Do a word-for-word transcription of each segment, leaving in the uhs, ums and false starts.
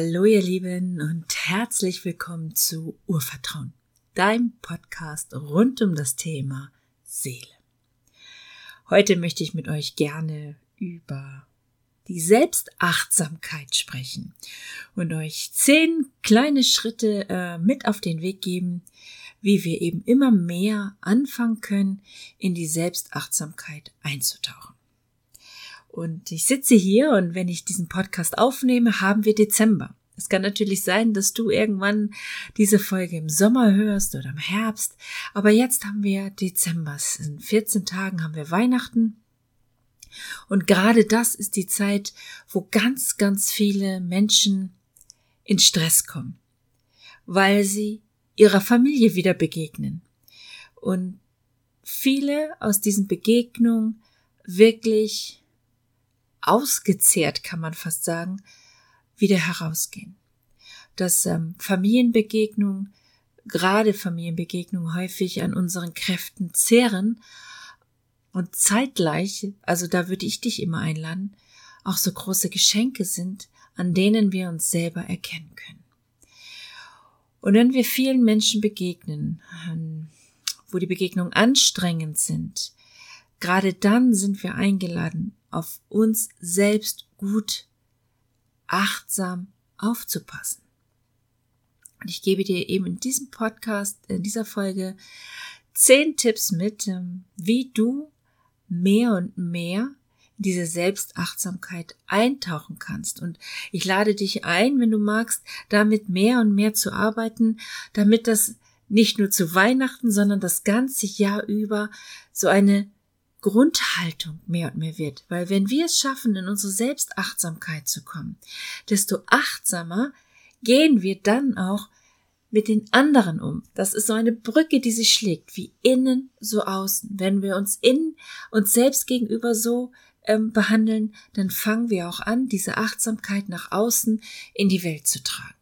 Hallo ihr Lieben und herzlich willkommen zu Urvertrauen, deinem Podcast rund um das Thema Seele. Heute möchte ich mit euch gerne über die Selbstachtsamkeit sprechen und euch zehn kleine Schritte äh, mit auf den Weg geben, wie wir eben immer mehr anfangen können, in die Selbstachtsamkeit einzutauchen. Und ich sitze hier und wenn ich diesen Podcast aufnehme, haben wir Dezember. Es kann natürlich sein, dass du irgendwann diese Folge im Sommer hörst oder im Herbst. Aber jetzt haben wir Dezember. In vierzehn Tagen haben wir Weihnachten. Und gerade das ist die Zeit, wo ganz, ganz viele Menschen in Stress kommen, weil sie ihrer Familie wieder begegnen. Und viele aus diesen Begegnungen wirklich ausgezehrt, kann man fast sagen, wieder herausgehen. Dass ähm, Familienbegegnungen, gerade Familienbegegnungen häufig an unseren Kräften zehren und zeitgleich, also da würde ich dich immer einladen, auch so große Geschenke sind, an denen wir uns selber erkennen können. Und wenn wir vielen Menschen begegnen, wo die Begegnungen anstrengend sind, gerade dann sind wir eingeladen, auf uns selbst gut, achtsam aufzupassen. Und ich gebe dir eben in diesem Podcast, in dieser Folge, zehn Tipps mit, wie du mehr und mehr in diese Selbstachtsamkeit eintauchen kannst. Und ich lade dich ein, wenn du magst, damit mehr und mehr zu arbeiten, damit das nicht nur zu Weihnachten, sondern das ganze Jahr über so eine Grundhaltung mehr und mehr wird, weil wenn wir es schaffen, in unsere Selbstachtsamkeit zu kommen, desto achtsamer gehen wir dann auch mit den anderen um. Das ist so eine Brücke, die sich schlägt, wie innen so außen. Wenn wir uns innen uns selbst gegenüber so ähm, behandeln, dann fangen wir auch an, diese Achtsamkeit nach außen in die Welt zu tragen.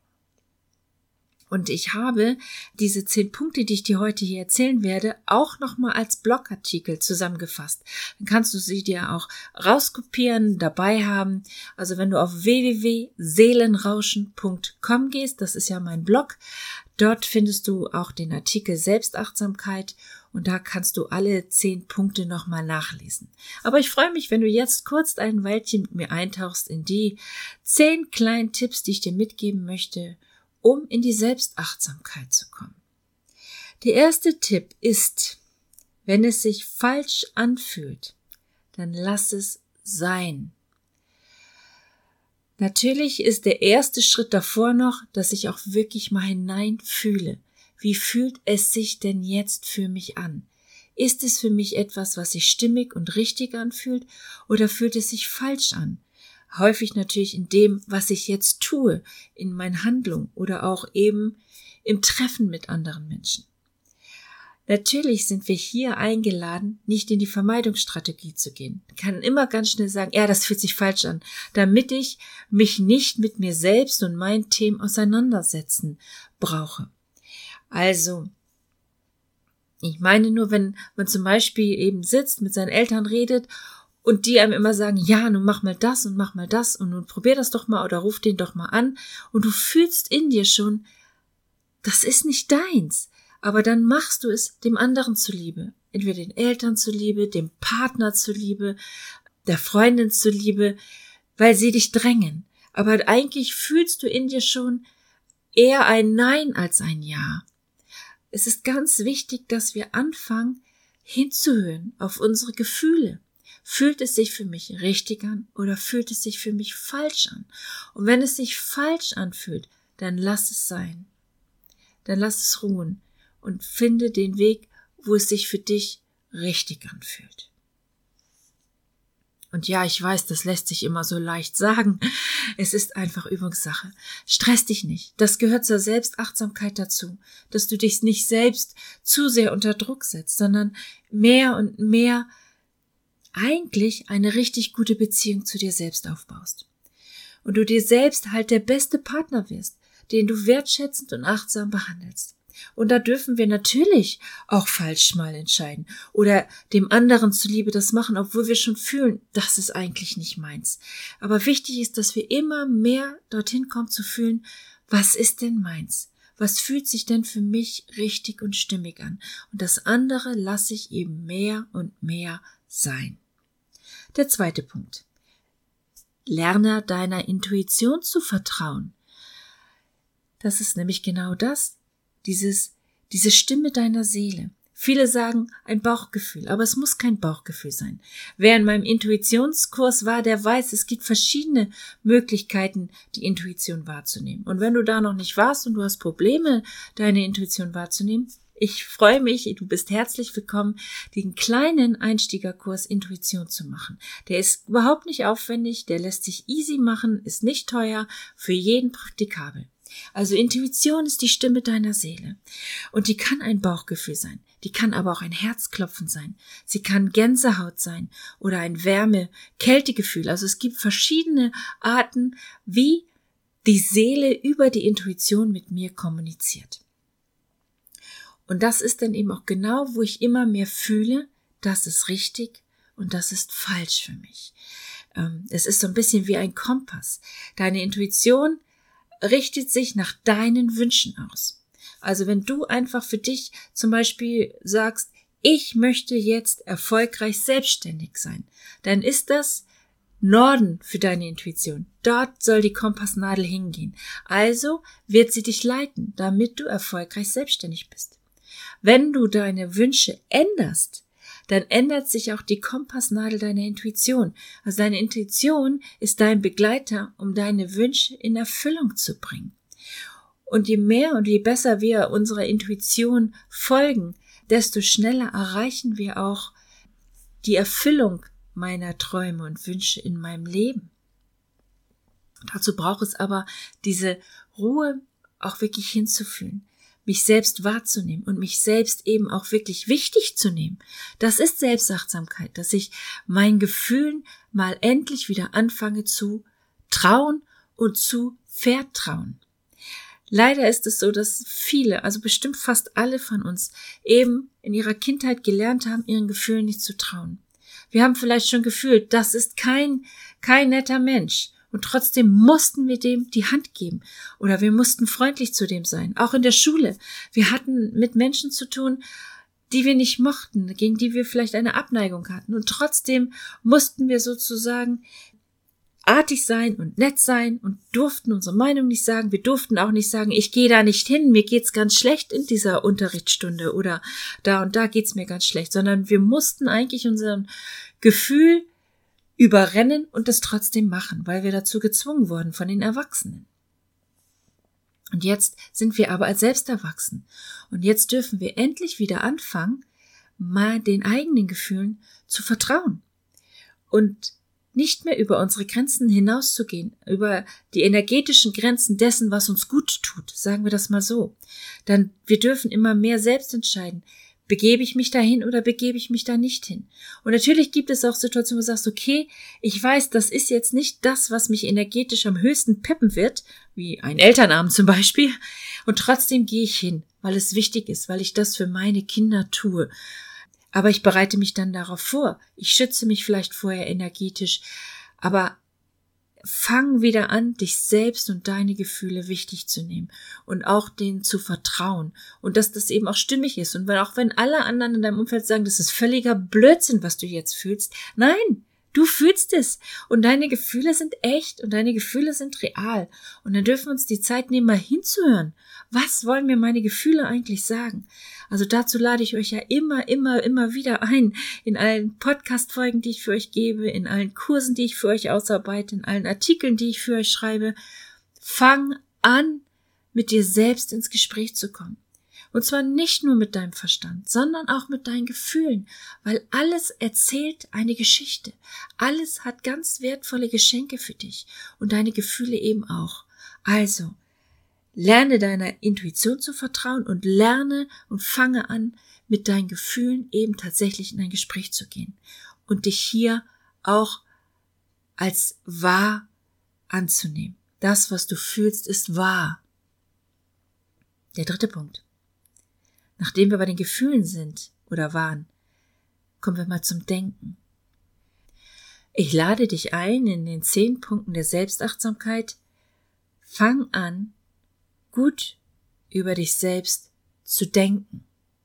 Und ich habe diese zehn Punkte, die ich dir heute hier erzählen werde, auch nochmal als Blogartikel zusammengefasst. Dann kannst du sie dir auch rauskopieren, dabei haben. Also wenn du auf w w w punkt seelenrauschen punkt com gehst, das ist ja mein Blog, dort findest du auch den Artikel Selbstachtsamkeit und da kannst du alle zehn Punkte nochmal nachlesen. Aber ich freue mich, wenn du jetzt kurz ein Weilchen mit mir eintauchst in die zehn kleinen Tipps, die ich dir mitgeben möchte, um in die Selbstachtsamkeit zu kommen. Der erste Tipp ist, wenn es sich falsch anfühlt, dann lass es sein. Natürlich ist der erste Schritt davor noch, dass ich auch wirklich mal hineinfühle. Wie fühlt es sich denn jetzt für mich an? Ist es für mich etwas, was sich stimmig und richtig anfühlt, oder fühlt es sich falsch an? Häufig natürlich in dem, was ich jetzt tue, in meinen Handlungen oder auch eben im Treffen mit anderen Menschen. Natürlich sind wir hier eingeladen, nicht in die Vermeidungsstrategie zu gehen. Ich kann immer ganz schnell sagen, ja, das fühlt sich falsch an, damit ich mich nicht mit mir selbst und meinen Themen auseinandersetzen brauche. Also, ich meine nur, wenn man zum Beispiel eben sitzt, mit seinen Eltern redet und die einem immer sagen, ja, nun mach mal das und mach mal das und nun probier das doch mal oder ruf den doch mal an und du fühlst in dir schon, das ist nicht deins, aber dann machst du es dem anderen zuliebe, entweder den Eltern zuliebe, dem Partner zuliebe, der Freundin zuliebe, weil sie dich drängen, aber eigentlich fühlst du in dir schon eher ein Nein als ein Ja. Es ist ganz wichtig, dass wir anfangen, hinzuhören auf unsere Gefühle. Fühlt es sich für mich richtig an oder fühlt es sich für mich falsch an? Und wenn es sich falsch anfühlt, dann lass es sein. Dann lass es ruhen und finde den Weg, wo es sich für dich richtig anfühlt. Und ja, ich weiß, das lässt sich immer so leicht sagen. Es ist einfach Übungssache. Stress dich nicht. Das gehört zur Selbstachtsamkeit dazu, dass du dich nicht selbst zu sehr unter Druck setzt, sondern mehr und mehr eigentlich eine richtig gute Beziehung zu dir selbst aufbaust. Und du dir selbst halt der beste Partner wirst, den du wertschätzend und achtsam behandelst. Und da dürfen wir natürlich auch falsch mal entscheiden oder dem anderen zuliebe das machen, obwohl wir schon fühlen, das ist eigentlich nicht meins. Aber wichtig ist, dass wir immer mehr dorthin kommen zu fühlen, was ist denn meins? Was fühlt sich denn für mich richtig und stimmig an? Und das andere lasse ich eben mehr und mehr sein. Der zweite Punkt. Lerne deiner Intuition zu vertrauen. Das ist nämlich genau das, dieses, diese Stimme deiner Seele. Viele sagen ein Bauchgefühl, aber es muss kein Bauchgefühl sein. Wer in meinem Intuitionskurs war, der weiß, es gibt verschiedene Möglichkeiten, die Intuition wahrzunehmen. Und wenn du da noch nicht warst und du hast Probleme, deine Intuition wahrzunehmen, ich freue mich, du bist herzlich willkommen, den kleinen Einsteigerkurs Intuition zu machen. Der ist überhaupt nicht aufwendig, der lässt sich easy machen, ist nicht teuer, für jeden praktikabel. Also Intuition ist die Stimme deiner Seele und die kann ein Bauchgefühl sein, die kann aber auch ein Herzklopfen sein, sie kann Gänsehaut sein oder ein Wärme-Kältegefühl. Also es gibt verschiedene Arten, wie die Seele über die Intuition mit mir kommuniziert. Und das ist dann eben auch genau, wo ich immer mehr fühle, das ist richtig und das ist falsch für mich. Es ist so ein bisschen wie ein Kompass. Deine Intuition richtet sich nach deinen Wünschen aus. Also wenn du einfach für dich zum Beispiel sagst, ich möchte jetzt erfolgreich selbstständig sein, dann ist das Norden für deine Intuition. Dort soll die Kompassnadel hingehen. Also wird sie dich leiten, damit du erfolgreich selbstständig bist. Wenn du deine Wünsche änderst, dann ändert sich auch die Kompassnadel deiner Intuition. Also deine Intuition ist dein Begleiter, um deine Wünsche in Erfüllung zu bringen. Und je mehr und je besser wir unserer Intuition folgen, desto schneller erreichen wir auch die Erfüllung meiner Träume und Wünsche in meinem Leben. Dazu braucht es aber diese Ruhe, auch wirklich hinzufühlen, mich selbst wahrzunehmen und mich selbst eben auch wirklich wichtig zu nehmen. Das ist Selbstachtsamkeit, dass ich meinen Gefühlen mal endlich wieder anfange zu trauen und zu vertrauen. Leider ist es so, dass viele, also bestimmt fast alle von uns, eben in ihrer Kindheit gelernt haben, ihren Gefühlen nicht zu trauen. Wir haben vielleicht schon gefühlt, das ist kein, kein netter Mensch. Und trotzdem mussten wir dem die Hand geben oder wir mussten freundlich zu dem sein. Auch in der Schule. Wir hatten mit Menschen zu tun, die wir nicht mochten, gegen die wir vielleicht eine Abneigung hatten. Und trotzdem mussten wir sozusagen artig sein und nett sein und durften unsere Meinung nicht sagen. Wir durften auch nicht sagen, ich gehe da nicht hin, mir geht's ganz schlecht in dieser Unterrichtsstunde oder da und da geht's mir ganz schlecht, sondern wir mussten eigentlich unser Gefühl überrennen und es trotzdem machen, weil wir dazu gezwungen wurden von den Erwachsenen. Und jetzt sind wir aber als selbst erwachsen. Und jetzt dürfen wir endlich wieder anfangen, mal den eigenen Gefühlen zu vertrauen. Und nicht mehr über unsere Grenzen hinauszugehen, über die energetischen Grenzen dessen, was uns gut tut, sagen wir das mal so. Dann, wir dürfen immer mehr selbst entscheiden, begebe ich mich dahin oder begebe ich mich da nicht hin? Und natürlich gibt es auch Situationen, wo du sagst, okay, ich weiß, das ist jetzt nicht das, was mich energetisch am höchsten peppen wird, wie ein Elternabend zum Beispiel, und trotzdem gehe ich hin, weil es wichtig ist, weil ich das für meine Kinder tue. Aber ich bereite mich dann darauf vor. Ich schütze mich vielleicht vorher energetisch, aber fang wieder an, dich selbst und deine Gefühle wichtig zu nehmen und auch denen zu vertrauen und dass das eben auch stimmig ist. Und wenn, auch wenn alle anderen in deinem Umfeld sagen, das ist völliger Blödsinn, was du jetzt fühlst. Nein, du fühlst es und deine Gefühle sind echt und deine Gefühle sind real. Und dann dürfen wir uns die Zeit nehmen, mal hinzuhören. Was wollen mir meine Gefühle eigentlich sagen? Also dazu lade ich euch ja immer, immer, immer wieder ein, in allen Podcast-Folgen, die ich für euch gebe, in allen Kursen, die ich für euch ausarbeite, in allen Artikeln, die ich für euch schreibe. Fang an, mit dir selbst ins Gespräch zu kommen. Und zwar nicht nur mit deinem Verstand, sondern auch mit deinen Gefühlen, weil alles erzählt eine Geschichte. Alles hat ganz wertvolle Geschenke für dich und deine Gefühle eben auch. Also, lerne deiner Intuition zu vertrauen und lerne und fange an, mit deinen Gefühlen eben tatsächlich in ein Gespräch zu gehen und dich hier auch als wahr anzunehmen. Das, was du fühlst, ist wahr. Der dritte Punkt. nachdem wir bei den Gefühlen sind oder waren, kommen wir mal zum Denken. Ich lade dich ein in den zehn Punkten der Selbstachtsamkeit. Fang an, gut über dich selbst zu denken.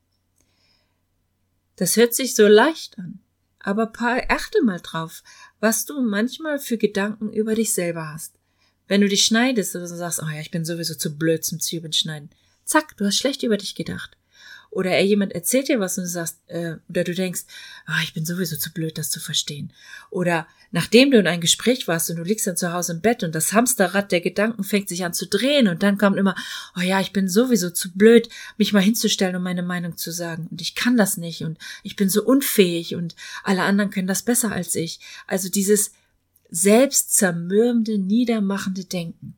Das hört sich so leicht an, aber achte mal drauf, was du manchmal für Gedanken über dich selber hast. Wenn du dich schneidest oder so sagst, oh ja, ich bin sowieso zu blöd zum Zwiebeln schneiden. Zack, du hast schlecht über dich gedacht. Oder er jemand erzählt dir was und du sagst, äh, oder du denkst, oh, ich bin sowieso zu blöd, das zu verstehen. Oder nachdem du in ein Gespräch warst und du liegst dann zu Hause im Bett und das Hamsterrad der Gedanken fängt sich an zu drehen und dann kommt immer, oh ja, ich bin sowieso zu blöd, mich mal hinzustellen und meine Meinung zu sagen. Und ich kann das nicht und ich bin so unfähig und alle anderen können das besser als ich. Also dieses selbstzermürbende, niedermachende Denken.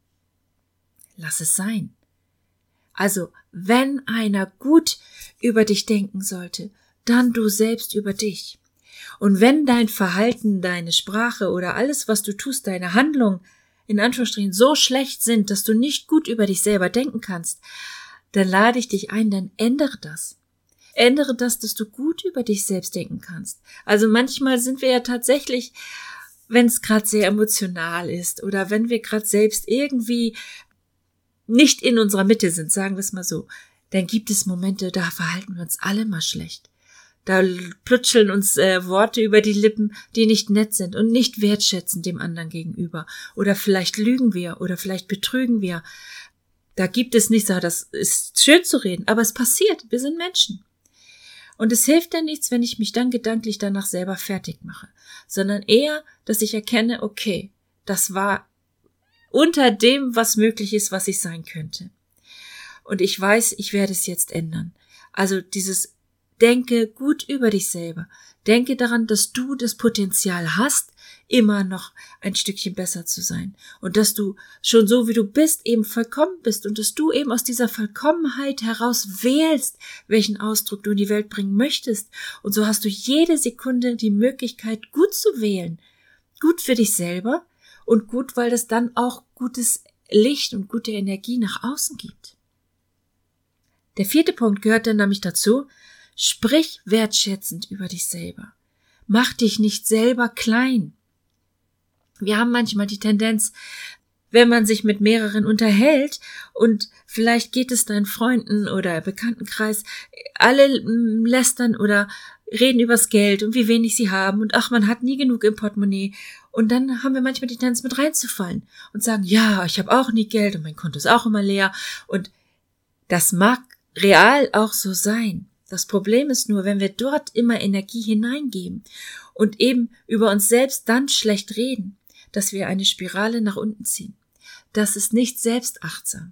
Lass es sein. Also, wenn einer gut über dich denken sollte, dann du selbst über dich. Und wenn dein Verhalten, deine Sprache oder alles, was du tust, deine Handlung in Anführungsstrichen so schlecht sind, dass du nicht gut über dich selber denken kannst, dann lade ich dich ein, dann ändere das. Ändere das, dass du gut über dich selbst denken kannst. Also manchmal sind wir ja tatsächlich, wenn es gerade sehr emotional ist oder wenn wir gerade selbst irgendwie nicht in unserer Mitte sind, sagen wir es mal so, dann gibt es Momente, da verhalten wir uns alle mal schlecht. Da plutscheln uns äh, Worte über die Lippen, die nicht nett sind und nicht wertschätzend dem anderen gegenüber. Oder vielleicht lügen wir oder vielleicht betrügen wir. Da gibt es nichts, das ist schön zu reden, aber es passiert, wir sind Menschen. Und es hilft ja nichts, wenn ich mich dann gedanklich danach selber fertig mache, sondern eher, dass ich erkenne, okay, das war unter dem, was möglich ist, was ich sein könnte. Und ich weiß, ich werde es jetzt ändern. Also dieses Denke gut über dich selber. Denke daran, dass du das Potenzial hast, immer noch ein Stückchen besser zu sein. Und dass du schon so, wie du bist, eben vollkommen bist. Und dass du eben aus dieser Vollkommenheit heraus wählst, welchen Ausdruck du in die Welt bringen möchtest. Und so hast du jede Sekunde die Möglichkeit, gut zu wählen. Gut für dich selber. Und gut, weil das dann auch gutes Licht und gute Energie nach außen gibt. Der vierte Punkt gehört dann nämlich dazu, sprich wertschätzend über dich selber. Mach dich nicht selber klein. Wir haben manchmal die Tendenz, wenn man sich mit mehreren unterhält und vielleicht geht es deinen Freunden oder Bekanntenkreis, alle lästern oder reden übers Geld und wie wenig sie haben und ach, man hat nie genug im Portemonnaie. Und dann haben wir manchmal die Tendenz, mit reinzufallen und sagen, ja, ich habe auch nie Geld und mein Konto ist auch immer leer. Und das mag real auch so sein. Das Problem ist nur, wenn wir dort immer Energie hineingeben und eben über uns selbst dann schlecht reden, dass wir eine Spirale nach unten ziehen. Das ist nicht selbstachtsam,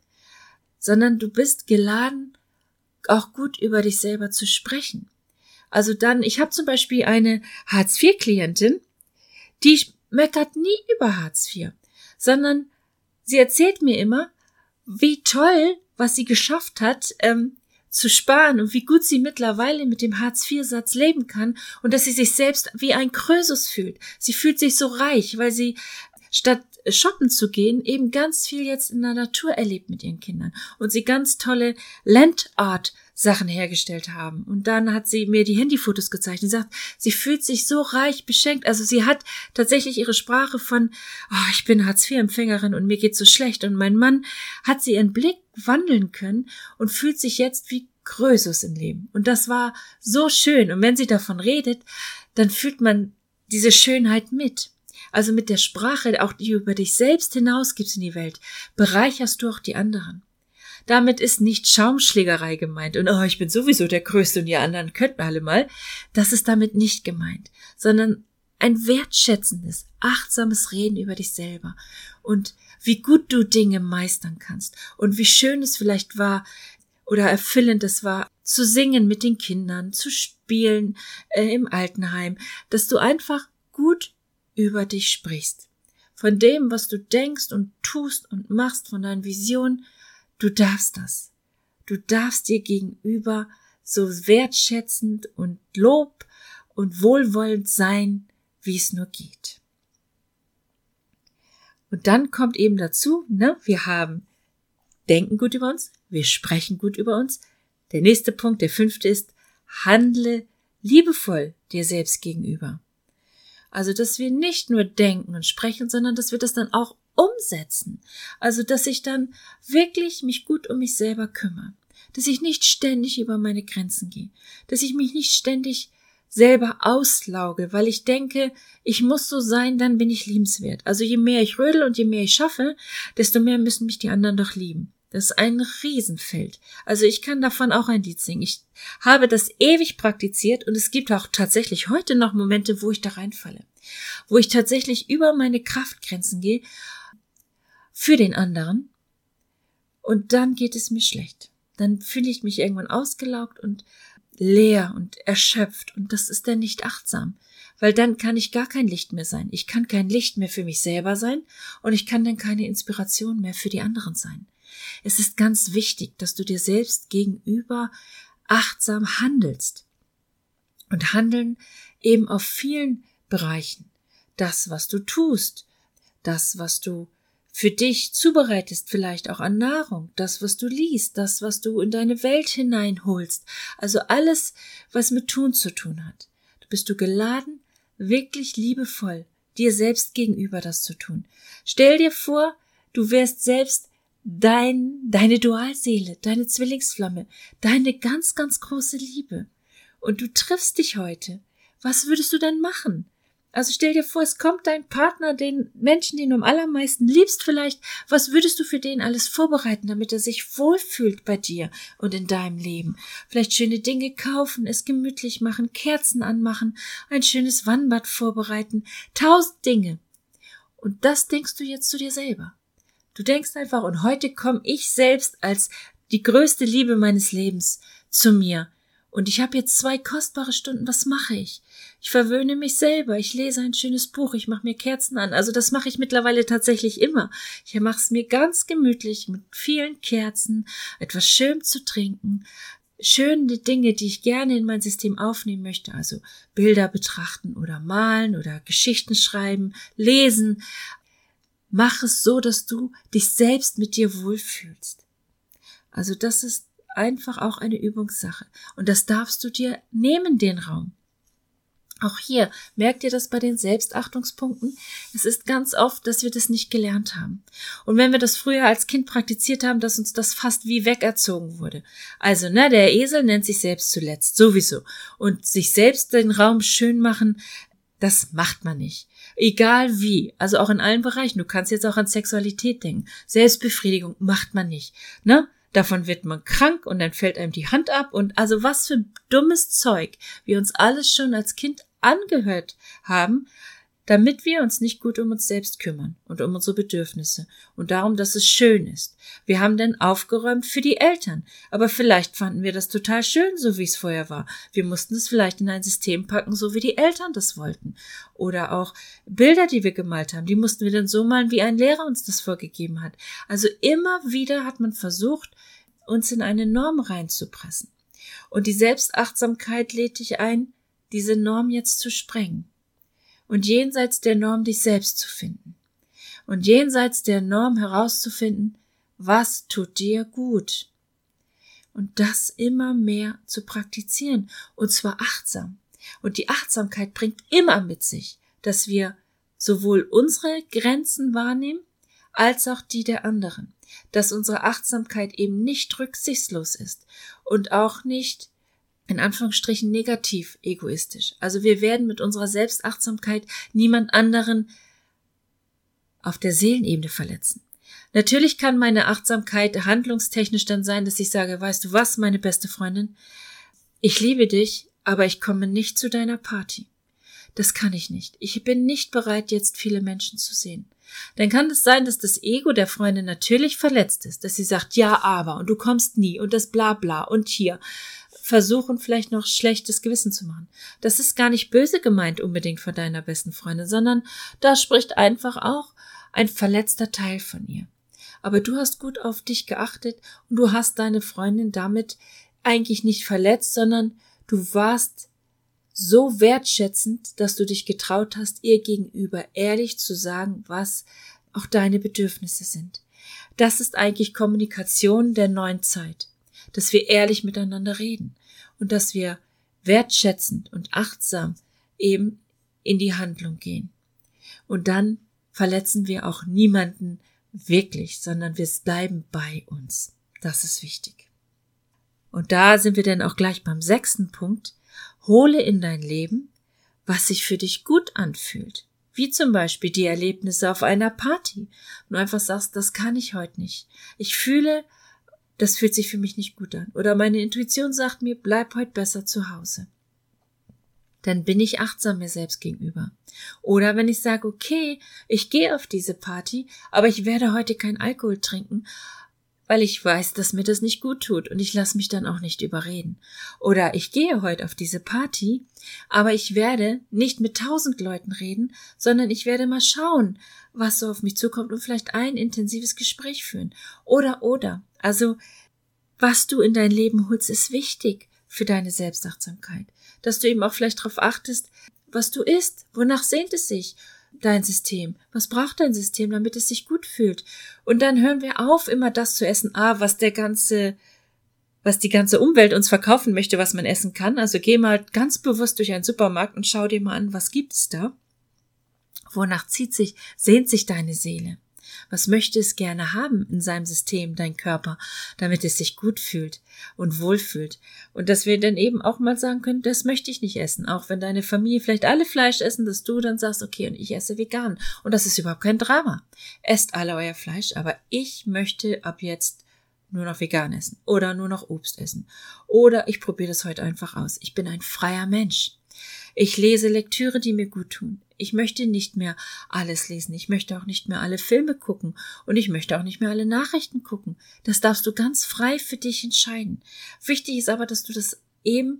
sondern du bist geladen, auch gut über dich selber zu sprechen. Also dann, ich habe zum Beispiel eine Hartz vier Klientin, die meckert nie über Hartz vier, sondern sie erzählt mir immer, wie toll, was sie geschafft hat, ähm, zu sparen und wie gut sie mittlerweile mit dem Hartz vier Satz leben kann und dass sie sich selbst wie ein Krösus fühlt. Sie fühlt sich so reich, weil sie statt shoppen zu gehen, eben ganz viel jetzt in der Natur erlebt mit ihren Kindern und sie ganz tolle Landart Sachen hergestellt haben. Und dann hat sie mir die Handyfotos gezeigt und sagt, sie fühlt sich so reich beschenkt. Also sie hat tatsächlich ihre Sprache von, oh, ich bin Hartz vier Empfängerin und mir geht's so schlecht. Und mein Mann hat sie ihren Blick wandeln können und fühlt sich jetzt wie Krösus im Leben. Und das war so schön. Und wenn sie davon redet, dann fühlt man diese Schönheit mit. Also mit der Sprache, auch die über dich selbst hinausgibst in die Welt, bereicherst du auch die anderen. Damit ist nicht Schaumschlägerei gemeint und oh, ich bin sowieso der Größte und die anderen könnten alle mal. Das ist damit nicht gemeint, sondern ein wertschätzendes, achtsames Reden über dich selber und wie gut du Dinge meistern kannst und wie schön es vielleicht war oder erfüllend es war, zu singen mit den Kindern, zu spielen äh, im Altenheim, dass du einfach gut über dich sprichst. Von dem, was du denkst und tust und machst, von deinen Visionen. Du darfst das. Du darfst dir gegenüber so wertschätzend und Lob und wohlwollend sein, wie es nur geht. Und dann kommt eben dazu, ne, wir haben denken gut über uns, wir sprechen gut über uns, Der nächste Punkt, der fünfte ist, handle liebevoll dir selbst gegenüber. Also, dass wir nicht nur denken und sprechen, sondern dass wir das dann auch umsetzen. Also, dass ich dann wirklich mich gut um mich selber kümmere. Dass ich nicht ständig über meine Grenzen gehe. Dass ich mich nicht ständig selber auslauge, weil ich denke, ich muss so sein, dann bin ich liebenswert. Also je mehr ich rödel und je mehr ich schaffe, desto mehr müssen mich die anderen doch lieben. Das ist ein Riesenfeld. Also ich kann davon auch ein Lied singen. Ich habe das ewig praktiziert und es gibt auch tatsächlich heute noch Momente, wo ich da reinfalle. Wo ich tatsächlich über meine Kraftgrenzen gehe für den anderen und dann geht es mir schlecht. Dann fühle ich mich irgendwann ausgelaugt und leer und erschöpft und das ist dann nicht achtsam, weil dann kann ich gar kein Licht mehr sein. Ich kann kein Licht mehr für mich selber sein und ich kann dann keine Inspiration mehr für die anderen sein. Es ist ganz wichtig, dass du dir selbst gegenüber achtsam handelst und handeln eben auf vielen Bereichen. Das, was du tust, das, was du für dich zubereitest, vielleicht auch an Nahrung, das, was du liest, das, was du in deine Welt hineinholst, also alles, was mit Tun zu tun hat. Du bist du geladen, wirklich liebevoll dir selbst gegenüber das zu tun. Stell dir vor, du wärst selbst dein, deine Dualseele, deine Zwillingsflamme, deine ganz, ganz große Liebe. Und du triffst dich heute. Was würdest du dann machen? Also stell dir vor, es kommt dein Partner, den Menschen, den du am allermeisten liebst vielleicht. Was würdest du für den alles vorbereiten, damit er sich wohlfühlt bei dir und in deinem Leben? Vielleicht schöne Dinge kaufen, es gemütlich machen, Kerzen anmachen, ein schönes Wannbad vorbereiten, tausend Dinge. Und das denkst du jetzt zu dir selber. Du denkst einfach, und heute komme ich selbst als die größte Liebe meines Lebens zu mir. Und ich habe jetzt zwei kostbare Stunden, was mache ich? Ich verwöhne mich selber, ich lese ein schönes Buch, ich mache mir Kerzen an. Also das mache ich mittlerweile tatsächlich immer. Ich mache es mir ganz gemütlich mit vielen Kerzen, etwas schön zu trinken, schöne Dinge, die ich gerne in mein System aufnehmen möchte, also Bilder betrachten oder malen oder Geschichten schreiben, lesen. Mach es so, dass du dich selbst mit dir wohlfühlst. Also das ist einfach auch eine Übungssache. Und das darfst du dir nehmen, den Raum. Auch hier, merkt ihr das bei den Selbstachtungspunkten? Es ist ganz oft, dass wir das nicht gelernt haben. Und wenn wir das früher als Kind praktiziert haben, dass uns das fast wie wegerzogen wurde. Also, ne, der Esel nennt sich selbst zuletzt, sowieso. Und sich selbst den Raum schön machen, das macht man nicht. Egal wie, also auch in allen Bereichen. Du kannst jetzt auch an Sexualität denken. Selbstbefriedigung macht man nicht, ne? Davon wird man krank und dann fällt einem die Hand ab und also was für dummes Zeug wir uns alles schon als Kind angehört haben, damit wir uns nicht gut um uns selbst kümmern und um unsere Bedürfnisse und darum, dass es schön ist. Wir haben dann aufgeräumt für die Eltern, aber vielleicht fanden wir das total schön, so wie es vorher war. Wir mussten es vielleicht in ein System packen, so wie die Eltern das wollten. Oder auch Bilder, die wir gemalt haben, die mussten wir dann so malen, wie ein Lehrer uns das vorgegeben hat. Also immer wieder hat man versucht, uns in eine Norm reinzupressen. Und die Selbstachtsamkeit lädt dich ein, diese Norm jetzt zu sprengen. Und jenseits der Norm dich selbst zu finden. Und jenseits der Norm herauszufinden, was tut dir gut. Und das immer mehr zu praktizieren. Und zwar achtsam. Und die Achtsamkeit bringt immer mit sich, dass wir sowohl unsere Grenzen wahrnehmen, als auch die der anderen. Dass unsere Achtsamkeit eben nicht rücksichtslos ist und auch nicht in Anführungsstrichen negativ egoistisch. Also wir werden mit unserer Selbstachtsamkeit niemand anderen auf der Seelenebene verletzen. Natürlich kann meine Achtsamkeit handlungstechnisch dann sein, dass ich sage, weißt du was, meine beste Freundin, ich liebe dich, aber ich komme nicht zu deiner Party. Das kann ich nicht. Ich bin nicht bereit, jetzt viele Menschen zu sehen. Dann kann es sein, dass das Ego der Freundin natürlich verletzt ist, dass sie sagt, ja, aber, und du kommst nie, und das Blabla, und hier. Versuchen vielleicht noch schlechtes Gewissen zu machen. Das ist gar nicht böse gemeint unbedingt von deiner besten Freundin, sondern da spricht einfach auch ein verletzter Teil von ihr. Aber du hast gut auf dich geachtet und du hast deine Freundin damit eigentlich nicht verletzt, sondern du warst so wertschätzend, dass du dich getraut hast, ihr gegenüber ehrlich zu sagen, was auch deine Bedürfnisse sind. Das ist eigentlich Kommunikation der neuen Zeit. dass wir ehrlich miteinander reden und dass wir wertschätzend und achtsam eben in die Handlung gehen. Und dann verletzen wir auch niemanden wirklich, sondern wir bleiben bei uns. Das ist wichtig. Und da sind wir dann auch gleich beim sechsten Punkt. Hole in dein Leben, was sich für dich gut anfühlt. Wie zum Beispiel die Erlebnisse auf einer Party. Und du einfach sagst, das kann ich heute nicht. Ich fühle, das fühlt sich für mich nicht gut an. Oder meine Intuition sagt mir, bleib heute besser zu Hause. Dann bin ich achtsam mir selbst gegenüber. Oder wenn ich sage, okay, ich gehe auf diese Party, aber ich werde heute kein Alkohol trinken, weil ich weiß, dass mir das nicht gut tut und ich lasse mich dann auch nicht überreden. Oder ich gehe heute auf diese Party, aber ich werde nicht mit tausend Leuten reden, sondern ich werde mal schauen, was so auf mich zukommt und vielleicht ein intensives Gespräch führen. Oder, oder. Also, was du in dein Leben holst, ist wichtig für deine Selbstachtsamkeit. Dass du eben auch vielleicht darauf achtest, was du isst, wonach sehnt es sich, dein System, was braucht dein System, damit es sich gut fühlt. Und dann hören wir auf, immer das zu essen, ah, was der ganze, was die ganze Umwelt uns verkaufen möchte, was man essen kann. Also geh mal ganz bewusst durch einen Supermarkt und schau dir mal an, was gibt es da? Wonach zieht sich, sehnt sich deine Seele? Was möchte es gerne haben in seinem System, dein Körper, damit es sich gut fühlt und wohlfühlt? Und dass wir dann eben auch mal sagen können, das möchte ich nicht essen. Auch wenn deine Familie vielleicht alle Fleisch essen, dass du dann sagst, okay, und ich esse vegan. Und das ist überhaupt kein Drama. Esst alle euer Fleisch, aber ich möchte ab jetzt nur noch vegan essen oder nur noch Obst essen. Oder ich probiere das heute einfach aus. Ich bin ein freier Mensch. Ich lese Lektüre, die mir gut tun. Ich möchte nicht mehr alles lesen. Ich möchte auch nicht mehr alle Filme gucken. Und ich möchte auch nicht mehr alle Nachrichten gucken. Das darfst du ganz frei für dich entscheiden. Wichtig ist aber, dass du das eben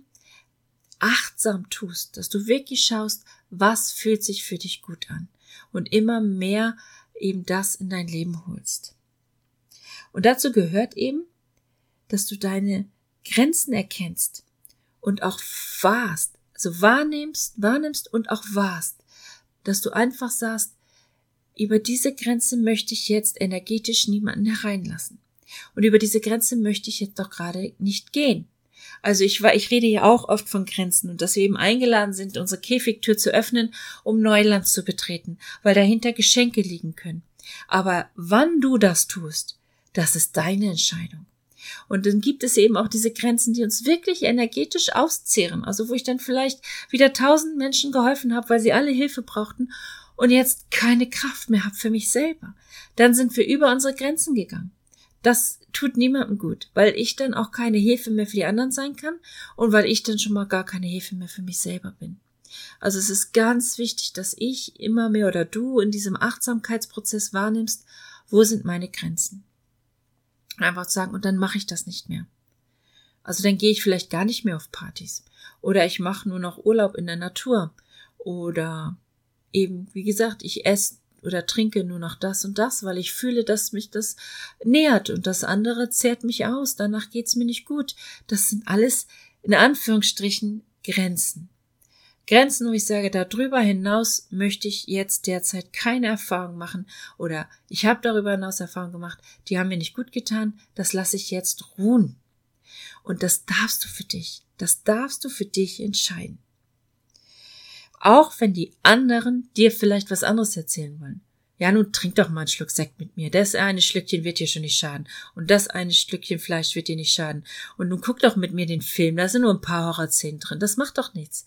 achtsam tust. Dass du wirklich schaust, was fühlt sich für dich gut an. Und immer mehr eben das in dein Leben holst. Und dazu gehört eben, dass du deine Grenzen erkennst und auch wahrst. Also wahrnimmst, wahrnimmst und auch wahrst, dass du einfach sagst, über diese Grenze möchte ich jetzt energetisch niemanden hereinlassen. Und über diese Grenze möchte ich jetzt doch gerade nicht gehen. Also ich war, ich rede ja auch oft von Grenzen und dass wir eben eingeladen sind, unsere Käfigtür zu öffnen, um Neuland zu betreten, weil dahinter Geschenke liegen können. Aber wann du das tust, das ist deine Entscheidung. Und dann gibt es eben auch diese Grenzen, die uns wirklich energetisch auszehren. Also wo ich dann vielleicht wieder tausend Menschen geholfen habe, weil sie alle Hilfe brauchten und jetzt keine Kraft mehr habe für mich selber. Dann sind wir über unsere Grenzen gegangen. Das tut niemandem gut, weil ich dann auch keine Hilfe mehr für die anderen sein kann und weil ich dann schon mal gar keine Hilfe mehr für mich selber bin. Also es ist ganz wichtig, dass ich immer mehr oder du in diesem Achtsamkeitsprozess wahrnimmst, wo sind meine Grenzen. Und einfach zu sagen, und dann mache ich das nicht mehr. Also dann gehe ich vielleicht gar nicht mehr auf Partys. Oder ich mache nur noch Urlaub in der Natur. Oder eben, wie gesagt, ich esse oder trinke nur noch das und das, weil ich fühle, dass mich das nährt. Und das andere zehrt mich aus. Danach geht's mir nicht gut. Das sind alles, in Anführungsstrichen, Grenzen. Grenzen, wo ich sage, darüber hinaus möchte ich jetzt derzeit keine Erfahrung machen oder ich habe darüber hinaus Erfahrungen gemacht, die haben mir nicht gut getan, das lasse ich jetzt ruhen. Und das darfst du für dich, das darfst du für dich entscheiden. Auch wenn die anderen dir vielleicht was anderes erzählen wollen. Ja, nun trink doch mal einen Schluck Sekt mit mir. Das eine Schlückchen wird dir schon nicht schaden. Und das eine Stückchen Fleisch wird dir nicht schaden. Und nun guck doch mit mir den Film, da sind nur ein paar Horrorszenen drin. Das macht doch nichts.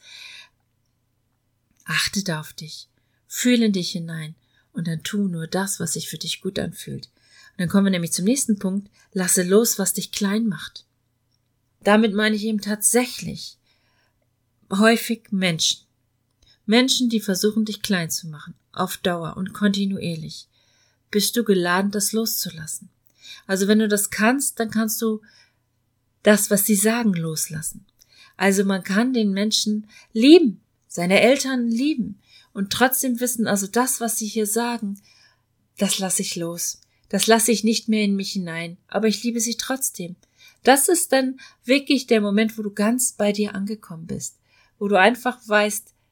Achte da auf dich, fühle in dich hinein und dann tu nur das, was sich für dich gut anfühlt. Und dann kommen wir nämlich zum nächsten Punkt, lasse los, was dich klein macht. Damit meine ich eben tatsächlich häufig Menschen. Menschen, die versuchen, dich klein zu machen, auf Dauer und kontinuierlich. Bist du geladen, das loszulassen. Also wenn du das kannst, dann kannst du das, was sie sagen, loslassen. Also man kann den Menschen lieben, seine Eltern lieben und trotzdem wissen, also das, was sie hier sagen, das lasse ich los. Das lasse ich nicht mehr in mich hinein, aber ich liebe sie trotzdem. Das ist dann wirklich der Moment, wo du ganz bei dir angekommen bist, wo du einfach weißt,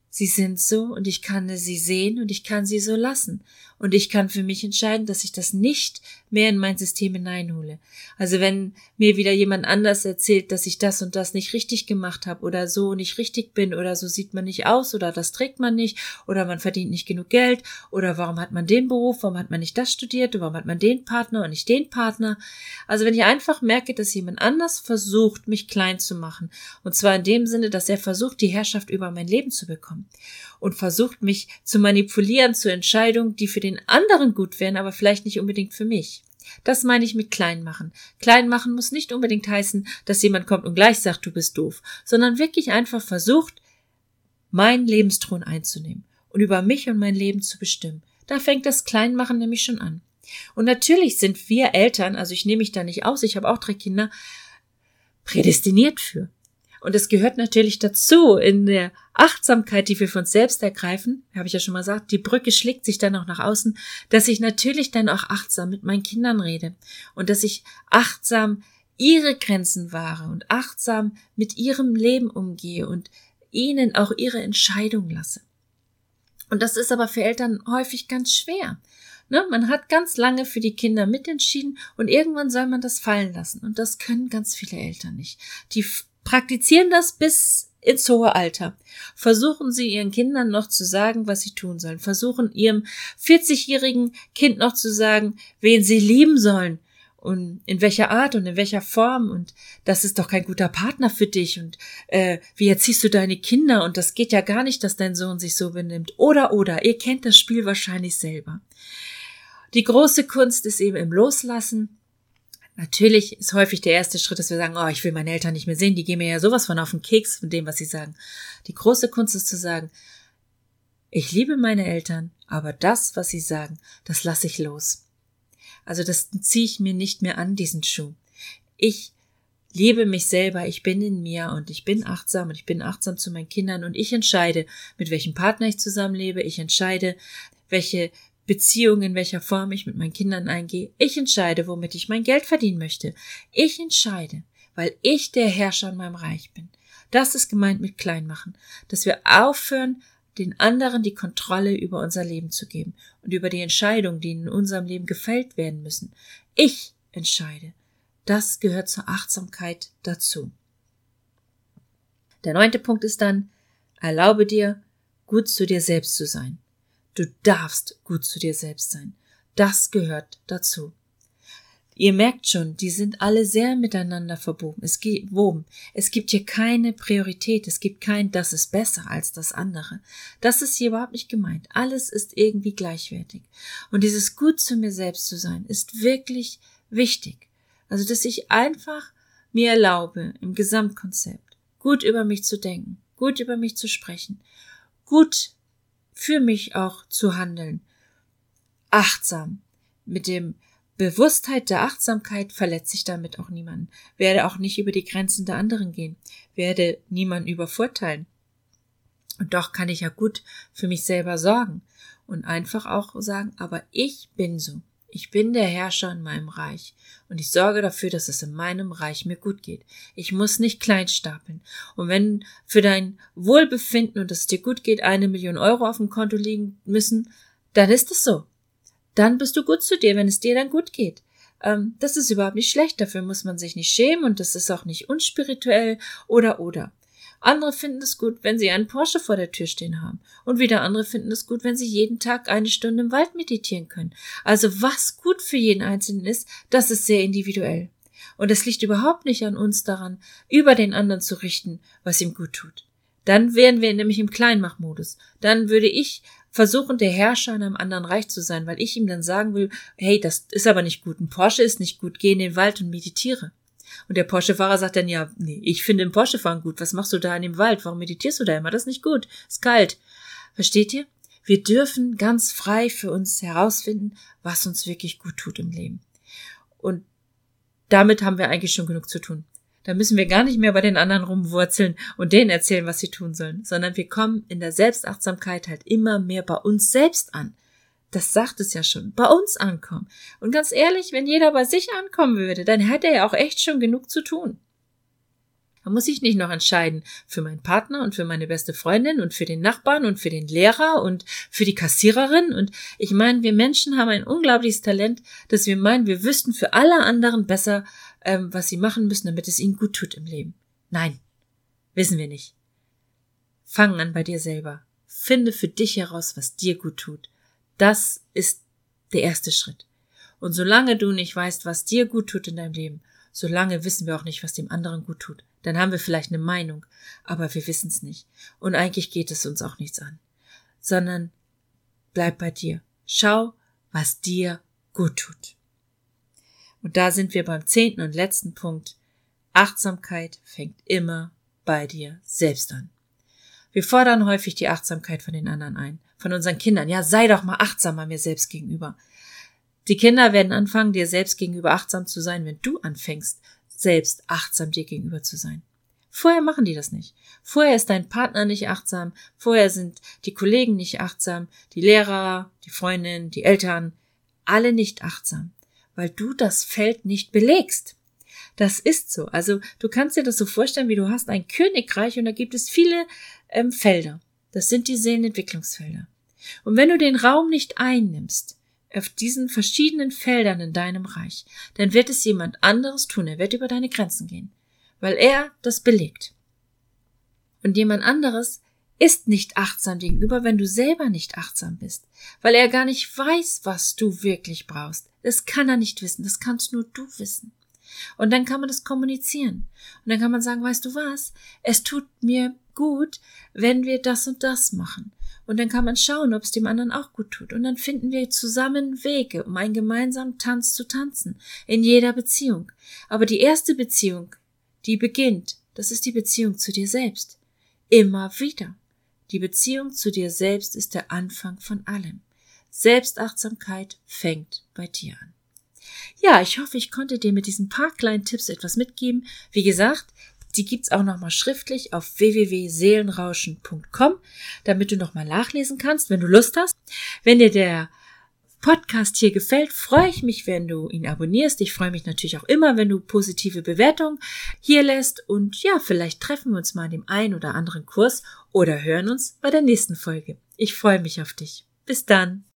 Sie sind so und ich kann sie sehen und ich kann sie so lassen. Und ich kann für mich entscheiden, dass ich das nicht mehr in mein System hineinhole. Also wenn mir wieder jemand anders erzählt, dass ich das und das nicht richtig gemacht habe oder so nicht richtig bin oder so sieht man nicht aus oder das trägt man nicht oder man verdient nicht genug Geld oder warum hat man den Beruf, warum hat man nicht das studiert, warum hat man den Partner und nicht den Partner. Also wenn ich einfach merke, dass jemand anders versucht, mich klein zu machen, und zwar in dem Sinne, dass er versucht, die Herrschaft über mein Leben zu bekommen und versucht, mich zu manipulieren zu Entscheidungen, die für den anderen gut wären, aber vielleicht nicht unbedingt für mich. Das meine ich mit klein machen. Klein machen muss nicht unbedingt heißen, dass jemand kommt und gleich sagt, du bist doof, sondern wirklich einfach versucht, meinen Lebensthron einzunehmen und über mich und mein Leben zu bestimmen. Da fängt das Kleinmachen nämlich schon an. Und natürlich sind wir Eltern, also ich nehme mich da nicht aus, ich habe auch drei Kinder, prädestiniert für. Und es gehört natürlich dazu, in der Achtsamkeit, die wir für uns selbst ergreifen, habe ich ja schon mal gesagt, die Brücke schlägt sich dann auch nach außen, dass ich natürlich dann auch achtsam mit meinen Kindern rede und dass ich achtsam ihre Grenzen wahre und achtsam mit ihrem Leben umgehe und ihnen auch ihre Entscheidung lasse. Und das ist aber für Eltern häufig ganz schwer. Ne? Man hat ganz lange für die Kinder mitentschieden und irgendwann soll man das fallen lassen. Und das können ganz viele Eltern nicht. Die praktizieren das bis ins hohe Alter. Versuchen sie ihren Kindern noch zu sagen, was sie tun sollen. Versuchen ihrem vierzigjährigen Kind noch zu sagen, wen sie lieben sollen und in welcher Art und in welcher Form und das ist doch kein guter Partner für dich und äh, wie erziehst du deine Kinder und das geht ja gar nicht, dass dein Sohn sich so benimmt. Oder, oder, ihr kennt das Spiel wahrscheinlich selber. Die große Kunst ist eben im Loslassen. Natürlich ist häufig der erste Schritt, dass wir sagen, oh, ich will meine Eltern nicht mehr sehen, die gehen mir ja sowas von auf den Keks von dem, was sie sagen. Die große Kunst ist zu sagen, ich liebe meine Eltern, aber das, was sie sagen, das lasse ich los. Also das ziehe ich mir nicht mehr an, diesen Schuh. Ich liebe mich selber, ich bin in mir und ich bin achtsam und ich bin achtsam zu meinen Kindern und ich entscheide, mit welchem Partner ich zusammenlebe, ich entscheide, welche Beziehung, in welcher Form ich mit meinen Kindern eingehe. Ich entscheide, womit ich mein Geld verdienen möchte. Ich entscheide, weil ich der Herrscher in meinem Reich bin. Das ist gemeint mit Kleinmachen, dass wir aufhören, den anderen die Kontrolle über unser Leben zu geben und über die Entscheidungen, die in unserem Leben gefällt werden müssen. Ich entscheide. Das gehört zur Achtsamkeit dazu. Der neunte Punkt ist dann, erlaube dir, gut zu dir selbst zu sein. Du darfst gut zu dir selbst sein. Das gehört dazu. Ihr merkt schon, die sind alle sehr miteinander verwoben. Es gibt, woben. Es gibt hier keine Priorität. Es gibt kein, das ist besser als das andere. Das ist hier überhaupt nicht gemeint. Alles ist irgendwie gleichwertig. Und dieses gut zu mir selbst zu sein, ist wirklich wichtig. Also, dass ich einfach mir erlaube, im Gesamtkonzept, gut über mich zu denken, gut über mich zu sprechen, gut für mich auch zu handeln, achtsam. Mit dem Bewusstheit der Achtsamkeit verletze ich damit auch niemanden, werde auch nicht über die Grenzen der anderen gehen, werde niemanden übervorteilen. Und doch kann ich ja gut für mich selber sorgen und einfach auch sagen, aber ich bin so. Ich bin der Herrscher in meinem Reich und ich sorge dafür, dass es in meinem Reich mir gut geht. Ich muss nicht klein stapeln. Und wenn für dein Wohlbefinden und dass es dir gut geht, eine Million Euro auf dem Konto liegen müssen, dann ist es so. Dann bist du gut zu dir, wenn es dir dann gut geht. Ähm, das ist überhaupt nicht schlecht, dafür muss man sich nicht schämen und das ist auch nicht unspirituell oder oder. Andere finden es gut, wenn sie einen Porsche vor der Tür stehen haben. Und wieder andere finden es gut, wenn sie jeden Tag eine Stunde im Wald meditieren können. Also was gut für jeden Einzelnen ist, das ist sehr individuell. Und es liegt überhaupt nicht an uns daran, über den anderen zu richten, was ihm gut tut. Dann wären wir nämlich im Kleinmachmodus. Dann würde ich versuchen, der Herrscher in einem anderen Reich zu sein, weil ich ihm dann sagen will, hey, das ist aber nicht gut, ein Porsche ist nicht gut, geh in den Wald und meditiere. Und der Porsche-Fahrer sagt dann, ja, nee, ich finde im Porsche-Fahren gut. Was machst du da in dem Wald? Warum meditierst du da immer? Das ist nicht gut. Ist kalt. Versteht ihr? Wir dürfen ganz frei für uns herausfinden, was uns wirklich gut tut im Leben. Und damit haben wir eigentlich schon genug zu tun. Da müssen wir gar nicht mehr bei den anderen rumwurzeln und denen erzählen, was sie tun sollen, sondern wir kommen in der Selbstachtsamkeit halt immer mehr bei uns selbst an. Das sagt es ja schon, bei uns ankommen. Und ganz ehrlich, wenn jeder bei sich ankommen würde, dann hätte er ja auch echt schon genug zu tun. Da muss ich nicht noch entscheiden für meinen Partner und für meine beste Freundin und für den Nachbarn und für den Lehrer und für die Kassiererin. Und ich meine, wir Menschen haben ein unglaubliches Talent, dass wir meinen, wir wüssten für alle anderen besser, ähm, was sie machen müssen, damit es ihnen gut tut im Leben. Nein, wissen wir nicht. Fang an bei dir selber. Finde für dich heraus, was dir gut tut. Das ist der erste Schritt. Und solange du nicht weißt, was dir gut tut in deinem Leben, solange wissen wir auch nicht, was dem anderen gut tut. Dann haben wir vielleicht eine Meinung, aber wir wissen es nicht. Und eigentlich geht es uns auch nichts an. Sondern bleib bei dir. Schau, was dir gut tut. Und da sind wir beim zehnten und letzten Punkt. Achtsamkeit fängt immer bei dir selbst an. Wir fordern häufig die Achtsamkeit von den anderen ein, von unseren Kindern. Ja, sei doch mal achtsamer mir selbst gegenüber. Die Kinder werden anfangen, dir selbst gegenüber achtsam zu sein, wenn du anfängst, selbst achtsam dir gegenüber zu sein. Vorher machen die das nicht. Vorher ist dein Partner nicht achtsam, vorher sind die Kollegen nicht achtsam, die Lehrer, die Freundin, die Eltern, alle nicht achtsam, weil du das Feld nicht belegst. Das ist so. Also du kannst dir das so vorstellen, wie du hast ein Königreich und da gibt es viele ähm, Felder. Das sind die Seelenentwicklungsfelder. Und wenn du den Raum nicht einnimmst, auf diesen verschiedenen Feldern in deinem Reich, dann wird es jemand anderes tun. Er wird über deine Grenzen gehen, weil er das belegt. Und jemand anderes ist nicht achtsam gegenüber, wenn du selber nicht achtsam bist, weil er gar nicht weiß, was du wirklich brauchst. Das kann er nicht wissen, das kannst nur du wissen. Und dann kann man das kommunizieren. Und dann kann man sagen, weißt du was, es tut mir gut, wenn wir das und das machen. Und dann kann man schauen, ob es dem anderen auch gut tut. Und dann finden wir zusammen Wege, um einen gemeinsamen Tanz zu tanzen. In jeder Beziehung. Aber die erste Beziehung, die beginnt, das ist die Beziehung zu dir selbst. Immer wieder. Die Beziehung zu dir selbst ist der Anfang von allem. Selbstachtsamkeit fängt bei dir an. Ja, ich hoffe, ich konnte dir mit diesen paar kleinen Tipps etwas mitgeben. Wie gesagt, die gibt's auch nochmal schriftlich auf w w w punkt seelenrauschen punkt com, damit du nochmal nachlesen kannst, wenn du Lust hast. Wenn dir der Podcast hier gefällt, freue ich mich, wenn du ihn abonnierst. Ich freue mich natürlich auch immer, wenn du positive Bewertungen hier lässt. Und ja, vielleicht treffen wir uns mal in dem einen oder anderen Kurs oder hören uns bei der nächsten Folge. Ich freue mich auf dich. Bis dann.